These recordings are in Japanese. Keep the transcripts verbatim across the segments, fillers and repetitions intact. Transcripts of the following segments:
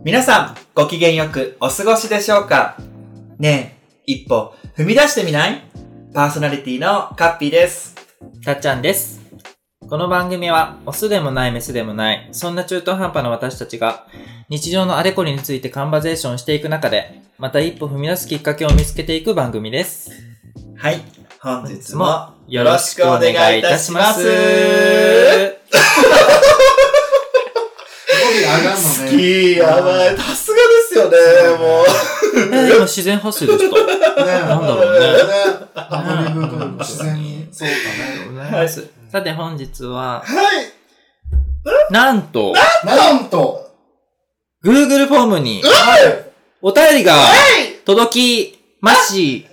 皆さん、ご機嫌よくお過ごしでしょうか？ねえ、一歩踏み出してみない？パーソナリティのカッピーです。 たっちゃんです。この番組は、オスでもないメスでもない、そんな中途半端な私たちが、日常のあれこれについてカンバゼーションしていく中で、また一歩踏み出すきっかけを見つけていく番組です。 はい、本日もよろしくお願いいたします。好き、やばい、さすがですよね、もう。 え、今自然発生でした。ね、なんだろうね。 アドリブというか自然に、そうかね。 はい。さて本日は、 はい。 なんと、 なんと、 Google フォームに、お便りが届きまし、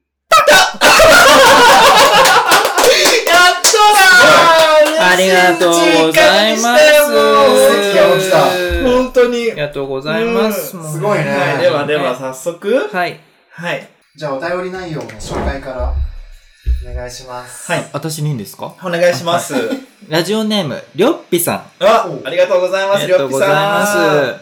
ありがとうございます。 本当に。 ありがとうございます。 すごいね。 はい、ではでは早速。 はい。 はい。 じゃあお便り内容の紹介からお願いします。 はい。私にいいんですか？ お願いします。 ラジオネーム、りょっぴさん。 あ、ありがとうございます、りょっぴさん。ありがとうございます。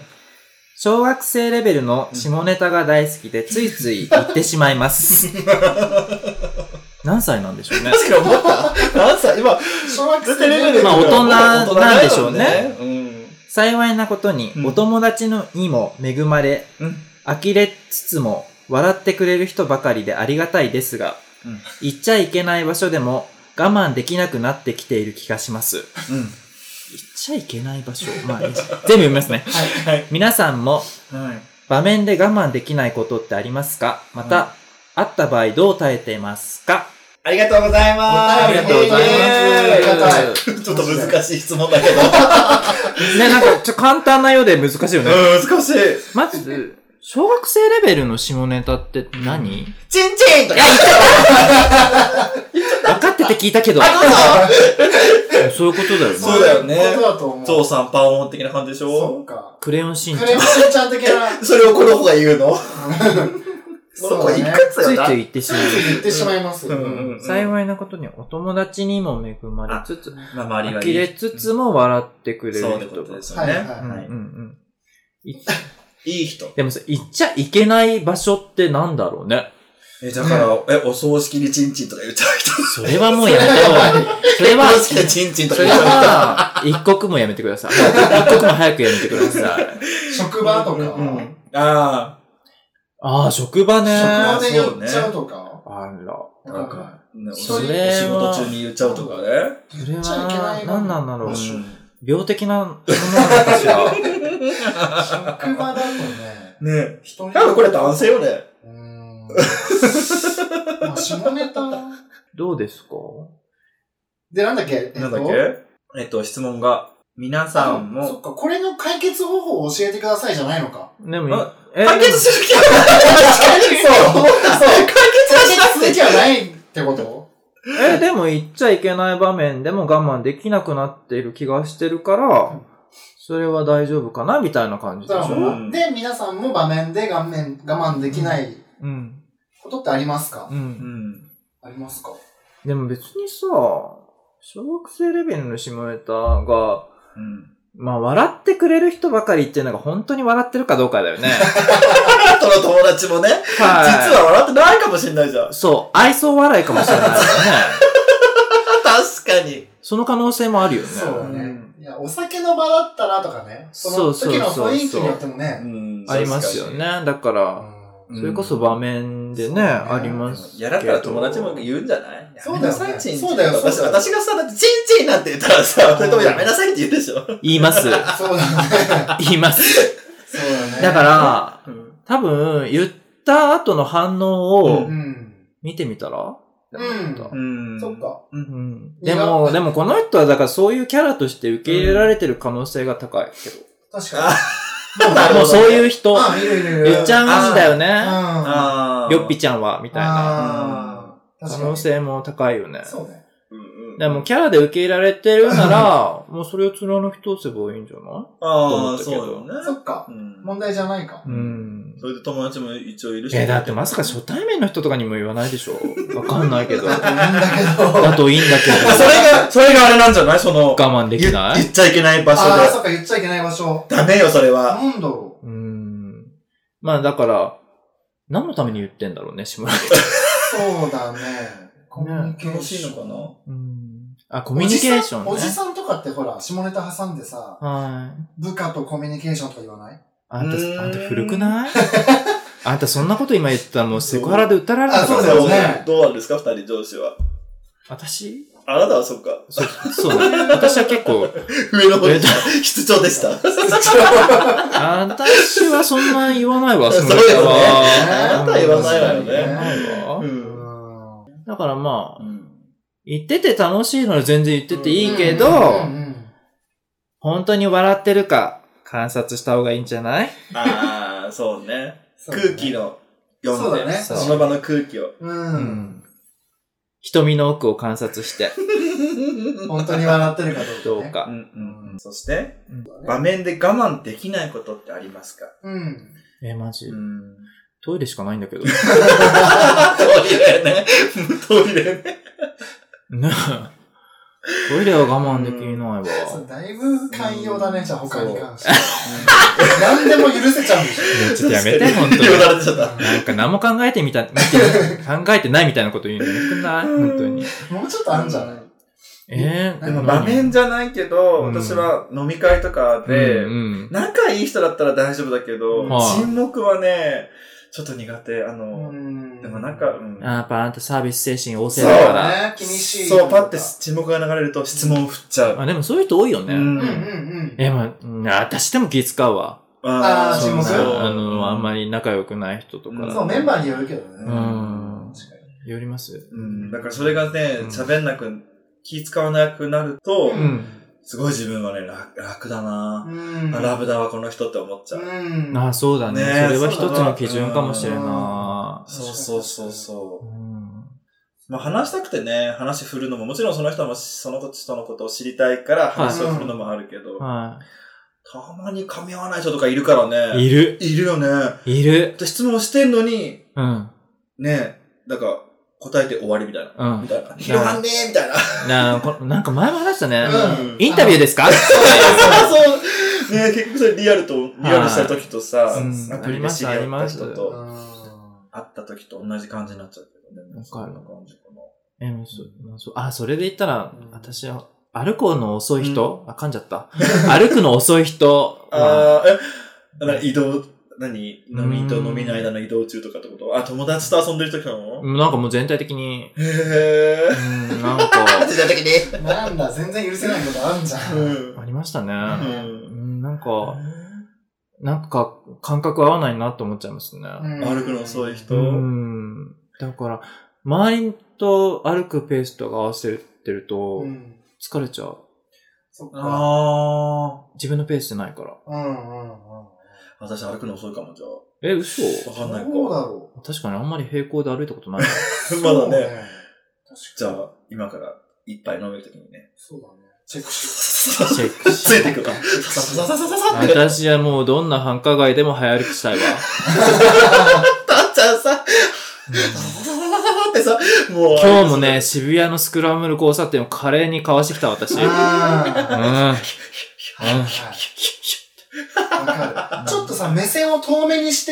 小学生レベルの下ネタが大好きで、ついつい言ってしまいます。何歳なんでしょうね。 確かに思った。何歳今、 小学生レベルまあ大人なんでしょうね。 うん、 幸いなことに、お友達のにも恵まれ、うん、呆れつつも笑ってくれる人ばかりでありがたいですが、うん、行っちゃいけない場所でも我慢できなくなってきている気がします。うん、行っちゃいけない場所。まあ、全部読みますね。はいはい、皆さんも、はい、場面で我慢できないことってありますか？また、はい、あった場合どう耐えていますか？ ありがとうございます。 ありがとうございます。ありがたい。 ちょっと難しい質問だけど。 ね、なんか、ちょっと簡単なようで難しいよね。 うん、難しい。 まず、小学生レベルの下ネタって何？ チンチンとか。いや、 分かってて聞いたけど。 あ、どうぞそういうことだよね。 そうだよね。 そうだと思う。 ゾウさんパオーン的な感じでしょ？ そうか。 クレヨンしんちゃん。 クレヨンしんちゃん的な。 それをこの子が言うの？ そうね。 いくつよな？ ついつい言ってしまう。 ついつい言ってしまいます。 幸いなことにお友達にも恵まれつつ、 まあ、周りはいい。 呆れつつも笑ってくれる人。 そういうことですよね。はいはい。いい人。 でもさ、行っちゃいけない場所ってなんだろうね。 え、だから、え、お葬式にチンチンとか言っちゃう人。 それはもうやめてよ。それは、 お葬式でチンチンとか言っちゃう人。それは、一刻もやめてください。一刻も早くやめてください。 職場とか。 ああ。 ああ、職場ね。 職場で言っちゃうとか。 あら。 なんか、 それは、 仕事中に言っちゃうとかね。 それは、何なんだろう。病的なものなのかしら。 職場だとね。 ね人に。多分これ男性よね。 うーん。まあ、下ネタ。 どうですか？ で、なんだっけ？えっと、 なんだっけ？えっと、質問が。皆さんも。 そっか、これの解決方法を教えてくださいじゃないのか。 でも、 え解決する気はない。そう、そう。解決はしなくて気はないってことえ、でも言っちゃいけない場面でも我慢できなくなっている気がしてるから、それは大丈夫かなみたいな感じでしょ。 うん、で、皆さんも場面で我慢、我慢できないことってありますか？ うん。うん、 ありますか？ でも別にさ、小学生レベルの下ネタが、うん、まあ、笑ってくれる人ばかりっていうのが本当に笑ってるかどうかだよね。 その友達もね、はい、実は笑ってないかもしれないじゃん。 そう、愛想笑いかもしれないよね。 確かに。 その可能性もあるよね。 そうだね。いや、お酒の場だったらとかね。その時の雰囲気によってもね。 うん、ありますよね。だから、うん、それこそ場面でね、ねありますけど。 やだから友達も言うんじゃない？ そうだよね。 チンチンそうだよ。 私、私がさ、だってチンチンなんて言ったらさ、それともやめなさいって言うでしょ？ 言います。そうだね。 言います。 そうだね。 だから、うん、多分、言った後の反応を見てみたら、 うん。うん。そっか。 うん。でも、でもこの人はだからそういうキャラとして受け入れられてる可能性が高いけど。 確かに。 もうそういう人、 あ、いるいるいる。 言っちゃうんだよね。 あよっぴちゃんは、みたいな。 可能性も高いよね。 そうね。 でもキャラで受け入れられてるなら、もうそれを貫き通せばいいんじゃない？ ああ、そうよね。 そっか。問題じゃないか。 うん。 それで友達も一応いるし。 え、だってまさか初対面の人とかにも言わないでしょ？わかんないけど。だといいんだけど。 だといいんだけど。 それが、それがあれなんじゃない？その、 我慢できない？ 言っちゃいけない場所で。 ああ、そっか、言っちゃいけない場所。 ダメよ、それは。 なんだろう。 うん。 まあだから、何のために言ってんだろうね、志村けん。 そうだね。コミュニケーション。 楽しいのかな。 うん。あ、コミュニケーションね。 おじさんとかってほら、下ネタ挟んでさ、 はい。 部下とコミュニケーションとか言わない？ あんた、あんた古くないあんたそんなこと今言ったらもうセクハラで訴えられるから。 あ、そうだよね。 どうなんですか、二人上司は。 私あなたはそっか。 そ、そうだ、ね。私は結構。 上の方で室長でした。 私はそんな言わないわ、 そうですね。あなたは言わないわよね。 言わないわ。うん。だからまあ、うん、言ってて楽しいのは全然言ってていいけど、うんうんうん、本当に笑ってるか観察した方がいいんじゃない？ ああ、そうね。空気の読んで、ね、その場の空気を。 うん。うん瞳の奥を観察して。 本当に笑ってるかどうか、ね。 どうか。 うんうん、そして、うん、場面で我慢できないことってありますか？ うん。 え、マジ、うん、トイレしかないんだけど。トイレね。トイレね。 ねトイレは我慢できないわ。 だいぶ寛容だね、じゃあ他に関して。何でも許せちゃうんでしょ。 ちょっとやめて、ほんとに。なんか何も考えてみた、考えてないみたいなこと言うのやめてない本当に。 もうちょっとあるんじゃない？ えー、 でも場面じゃないけど、私は飲み会とかで、仲いい人だったら大丈夫だけど、沈黙はね、ちょっと苦手。あの、でもなんか、うん。 あやっぱあんたサービス精神旺盛だから。 そうね、厳しい。 そう、パッて沈黙が流れると質問を振っちゃう。 あ、でもそういう人多いよね。 うんうんうん。 え、まあ、私でも気使うわ。 ああ、沈黙あの、あんまり仲良くない人とか。 そう、メンバーによるけどね。 うん。よります。 うん。だからそれがね、喋んなく、気使わなくなると、すごい自分はね、楽、楽だな、うん、ラブだわ、この人って思っちゃう。 うん、 ああ、そうだね。ねそれは一つの基準かもしれない。 そうそうそうそう。うん、まあ話したくてね、話振るのも、もちろんその人もその人のことを知りたいから話を振るのもあるけど、 はい、 たまに噛み合わない人とかいるからね。 いる。 いるよね。 いる。 質問してんのに、 うん、 ね、なんか、答えて終わりみたいな。うん。みたいな。広がんねーみたいな。なあ、なんか前も話したね。うん。インタビューですか？ そうそうそう。ね結局それリアルと、リアルした時とさ、アプリで知り合った人と、会った時と同じ感じになっちゃうけどね。 わかる。 感じかな。 え、もうそう、あ、それで言ったら、私は、歩くの遅い人あ、噛んじゃった。歩くの遅い人。 ああ、え、移動、何飲みと飲みの間の移動中とかってことあ、友達と遊んでる時なのなんかもう全体的に。 へぇー。うん、なんか。 全体的に。 なんだ、全然許せないことあるんじゃん。 うん、 ありましたね。うん、なんか、なんか感覚合わないなって思っちゃいますね。 歩くの遅い人。 うん。だから、周りと歩くペースとか合わせてると、疲れちゃう。 そっか。 あ自分のペースじゃないから。 うんうんうん。 私歩くの遅いかも、じゃあ。 え、嘘？ わかんないか。 どうだろう。確かにあんまり平行で歩いたことない。 まだね。じゃあ、今から一杯飲めるときにね。 そうだね。チェックしよう。 チェックしよう。 ついてくか。 私はもうどんな繁華街でも早歩きしたいわ。 たっちゃんさ、ってさ、もう。 今日もね、渋谷のスクランブル交差点を華麗にかわしてきた私。うん。うん。 わかる。ちょっとさ、目線を遠目にして、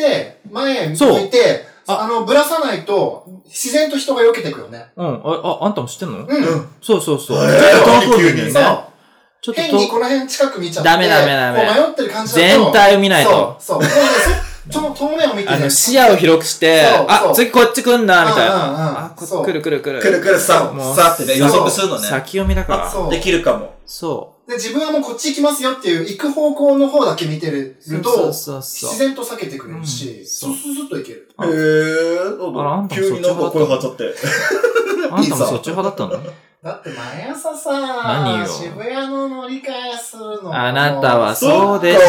前に置いて、あの、ぶらさないと、自然と人が避けてくよね。 うん。あ、あ、あんたも知ってんの？ うん。 そうそうそう。 ちょっと遠く見るね。そう。変にこの辺近く見ちゃって。 ダメダメダメ。 こう迷ってる感じだと。 全体を見ないと。 そう。そう。その遠目を見て、 あの、視野を広くして、あ、次こっち来んな、みたいな。あ、こ来る来る来る。 来る来る、さ、さってね、予測するのね。 先読みだから。 できるかも。 そう。 で、自分はもうこっち行きますよっていう、行く方向の方だけ見てると、自然と避けてくれるし、スッスッスッといける。 へぇー。急になんか声張っちゃって。 あんたもそっち派だったの？ だって毎朝さ、 何よ渋谷の乗り換えするの。 あなたはそうでした。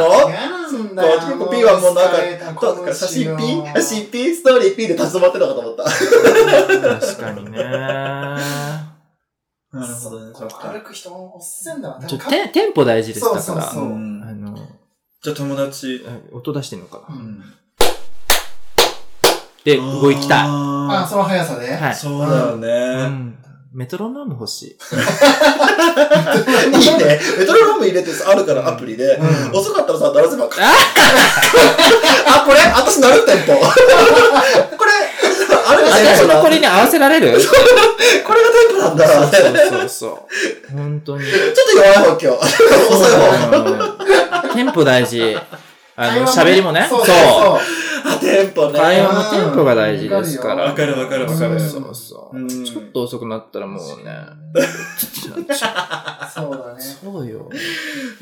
嫌なんだよ。 結構 P はもうなんか、写真 P? 写真 P? ストーリー P で立ち止まってるのかと思った。 確かにね。 なるほどね。歩く人もおっせんだわ。 ちょ、テ、テンポ大事ですだから。 そうそうそう。あの、 じゃあ友達。 音出してんのかな。うん、で、動きたい。 あ、その速さではい。 そうだよね。うんメトロノーム欲しい。いいね。メトロノーム入れてあるからアプリで、うん、遅かったらさ、鳴らせば。あ、これ私鳴るテンポ。これ、あれが私のこれに合わせられるこれがテンポなんだ。 そうそうそうそう。本当に。ちょっと弱い方今日。遅い方。テンポ大事。あの、喋りもね。 そうそうそう。 あ、テンポね。 会話もテンポが大事ですから。 わかるわかるわかる。 そうそう。ちょっと遅くなったらもうね。 そうだね。 そうよ。 うん、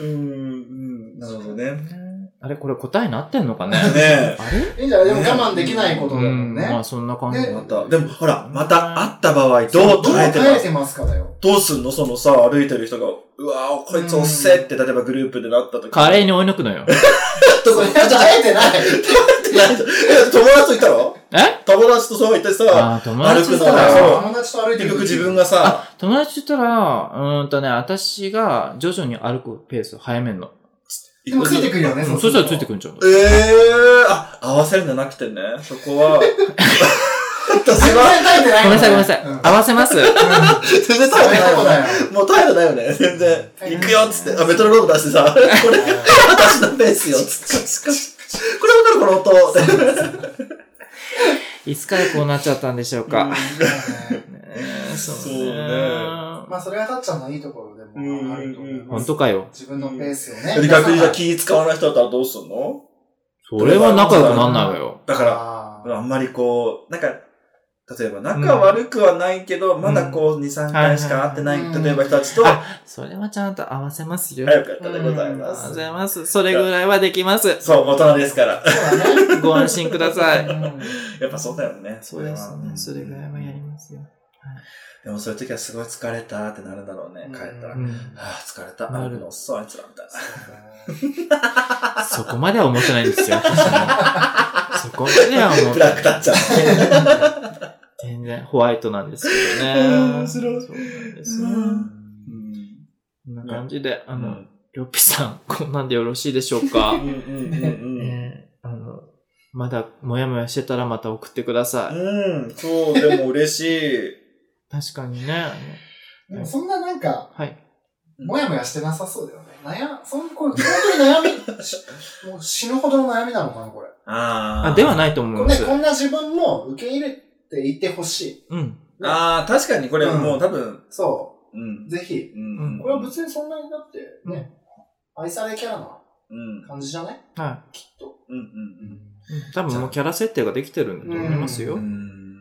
なるほどね。 あれこれ答えになってんのかね。 ねあれいいんじゃないでも我慢できないことだもんね。 まあそんな感じまた。でもほら、また会った場合、どう耐えてますどう耐えてますかだよ。 どうすんのそのさ、歩いてる人が、うわぁ、こいつおっせって、例えばグループでなった時。 華麗に追い抜くのよ。 それは耐えてない。 友達といたろえ友達とそういってさ、 あ友達と歩くのが、 友達と歩いてる。 結局自分がさ、 友達と言ったら、うーんとね、私が徐々に歩くペースを早めんの。 でもついてくるよね、 そしたらついてくるんちゃうええー、あ、合わせるんじゃなくてね、そこは。 私は耐えてない。 ごめんなさいごめんなさい。合わせます。全然耐えてないよね。もう耐えてないよね、全然。行くよっつって、あ、メトロノーム出してさ、これ、私のペースよっつって。これわかるこの音。 いつからこうなっちゃったんでしょうか。 そうね。 まあそれはたっちゃんのいいところでもあると思います。 本当かよ。 自分のペースをね。 逆に気使わない人だったらどうすんの？ それは仲良くなんないわよ。 だから、あんまりこう、なんか、例えば仲悪くはないけど、まだこうに、さんかいしか会ってない、例えば人たちと。 あ、それはちゃんと合わせますよ。 よかったでございます。 合わせます。それぐらいはできます。 そう、大人ですから。 そうだね。 ご安心ください。 やっぱそうだよね。 そうですね。それぐらいはやりますよ。 でもそういう時はすごい疲れたってなるんだろうね。帰ったら。はぁ、疲れた。歩くの遅いあいつらみたいな。そこまでは思ってないんですよ。そこまでは思ってない。 ブラックタッチャー。 全然ホワイトなんですけどね。 面白い。そうなんですよ。こんな感じで、あの、りょっぴさん、こんなんでよろしいでしょうか。あの、まだもやもやしてたらまた送ってください。 うん、そう、でも嬉しい。 確かにね。 でもそんななんか、 はい。 もやもやしてなさそうだよね。悩、そんこれ、本当に悩み、もう死ぬほどの悩みなのかな、これ。 ああ。ではないと思います。 ね、こんな自分も受け入れていってほしい。 うん。 ああ、確かにこれもう多分。 そう。 うん。 ぜひ。うん。これは別にそんなにだって、ね、愛されキャラな感じじゃない？ はい。 きっと。 うんうんうん。 多分もうキャラ設定ができてるんだと思いますよ。 うん。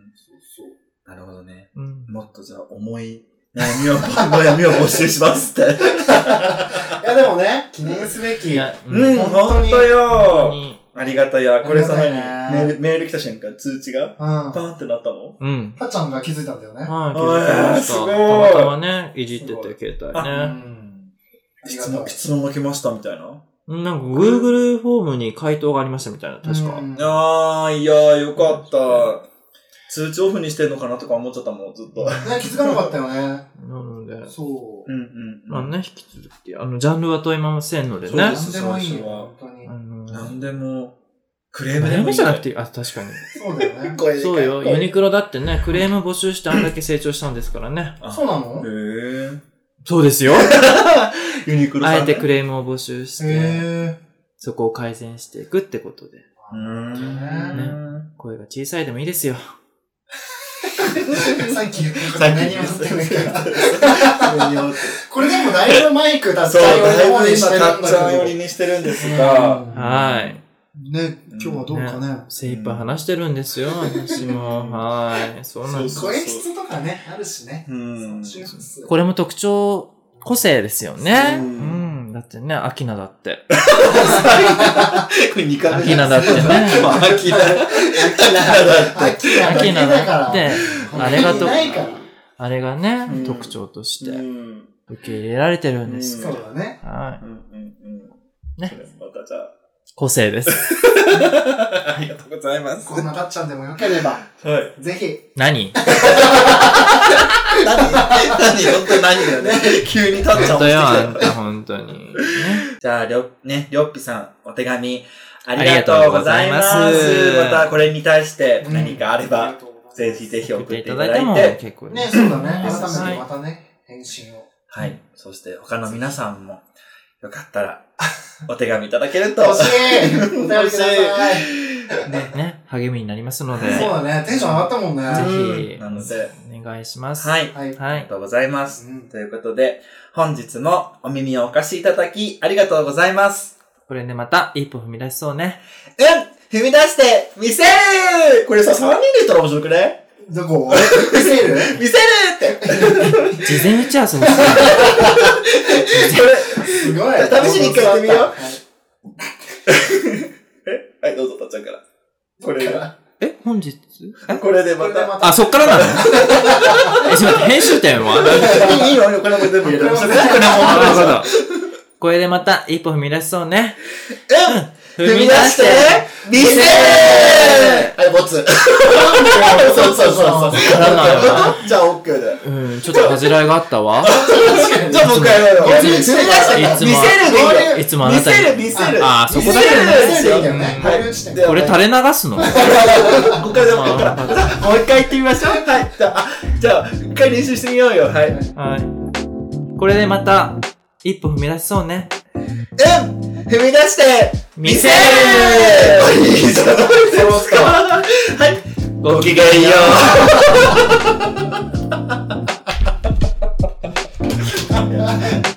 そうそう。なるほどね。うん。もっとじゃあ重い悩みを、悩みを募集しますって。 いやでもね、記念すべき。 うん、ほんとよ。ありがたいや。これさ、何メール、メール来た瞬間通知がパーンってなったの？ うん。 たっちゃんが気づいたんだよね。 はい、気づいてました。すごい。たまたまね、いじってて携帯ね。 質問、質問が来ましたみたいな。 なんか Google フォームに回答がありましたみたいな、確か。 ああ、いやーよかった。通知オフにしてんのかなとか思っちゃったもん、ずっと。 ね、気づかなかったよね。 なので。 そう。 うんうん。 まあね、引き続き、あの、ジャンルは問いませんのでね。 そうです。 何でもいいよ、本当に。 あのー、何でも、クレームでもいいじゃなくて、あ、確かに。 そうだよね。 そうよ。ユニクロだってね、クレーム募集してあんだけ成長したんですからね。 あ、そうなの？ へー。 そうですよ。 ユニクロさん、ね。 あえてクレームを募集して、そこを改善していくってことで。 うーん。 ね。声が小さいでもいいですよ。 さっき言ったこと何も言ってないから。これでもだいぶマイクタッチャー寄りの方にしてるんだけど。 タッチャー寄りにしてるんですが。 はい。 ね、今日はどうかね。 精一杯話してるんですよ、私も。はい。そうなんです。 声質とかね、あるしね。 これも特徴、個性ですよね。うん。だってね、アキナだって。 これにかいめ。 アキナだってね。 アキナ。 アキナだって、あれがと、あれがね、特徴として受け入れられてるんですから。そうだね。 はい。ね。 またじゃあ。 個性です。 ありがとうございます。 こんなたっちゃんでもよければ。 はい。 ぜひ。 何何何本当に何だよね。急にたっちゃん本当よ、あんた、本当に。ね。 じゃあ、りょ、ね、りょっぴさん、お手紙、ありがとうございます。また、これに対して何かあれば、 ぜひぜひ送っていただいて。 送っていただいても結構ね、そうだね。改めてまたね、返信を。 はい。そして他の皆さんも、よかったら、お手紙いただけると。 欲しいお便りください。 ね、ね、励みになりますので。 そうだね。テンション上がったもんね。 ぜひ、 なので、 お願いします。 はい。 はい。 ありがとうございます。ということで、本日もお耳をお貸しいただき、ありがとうございます。 これでまた一歩踏み出しそうね。 うん踏み出して見せるこれさ、さんにんで言ったら面白くねどこ見せる見せるって事前打ち合わせもしてる。すごい。 試しに一回やってみよう。えはい、どうぞ、たっちゃんから。これが。 え本日これでまた。 あ、そっからなのえ、ちょっと待って、編集点はいいよ、これも全部入れました。これも。 なるほど。これでまた一歩踏み出しそうね。 うん。踏み出して、見せーはい、ボツ。そうそうそうそう。じゃあ OK だよ。 うん、ちょっと恥じらいがあったわ。 じゃあもう一回やろうよ。踏み出して、見せるでいいよ。 いつもあなたに。 見せる、見せる。 あ、そこだけ見せるでいいんだよね。 これ垂れ流すのここからでも、ここから。もう一回行ってみましょう。はい。じゃあ、じゃあ、一回練習してみようよ。はい。 はい。これでまた、一歩踏み出しそうね。 うん踏み出して、見せーいいじゃないですか。はい。ごきげんよう。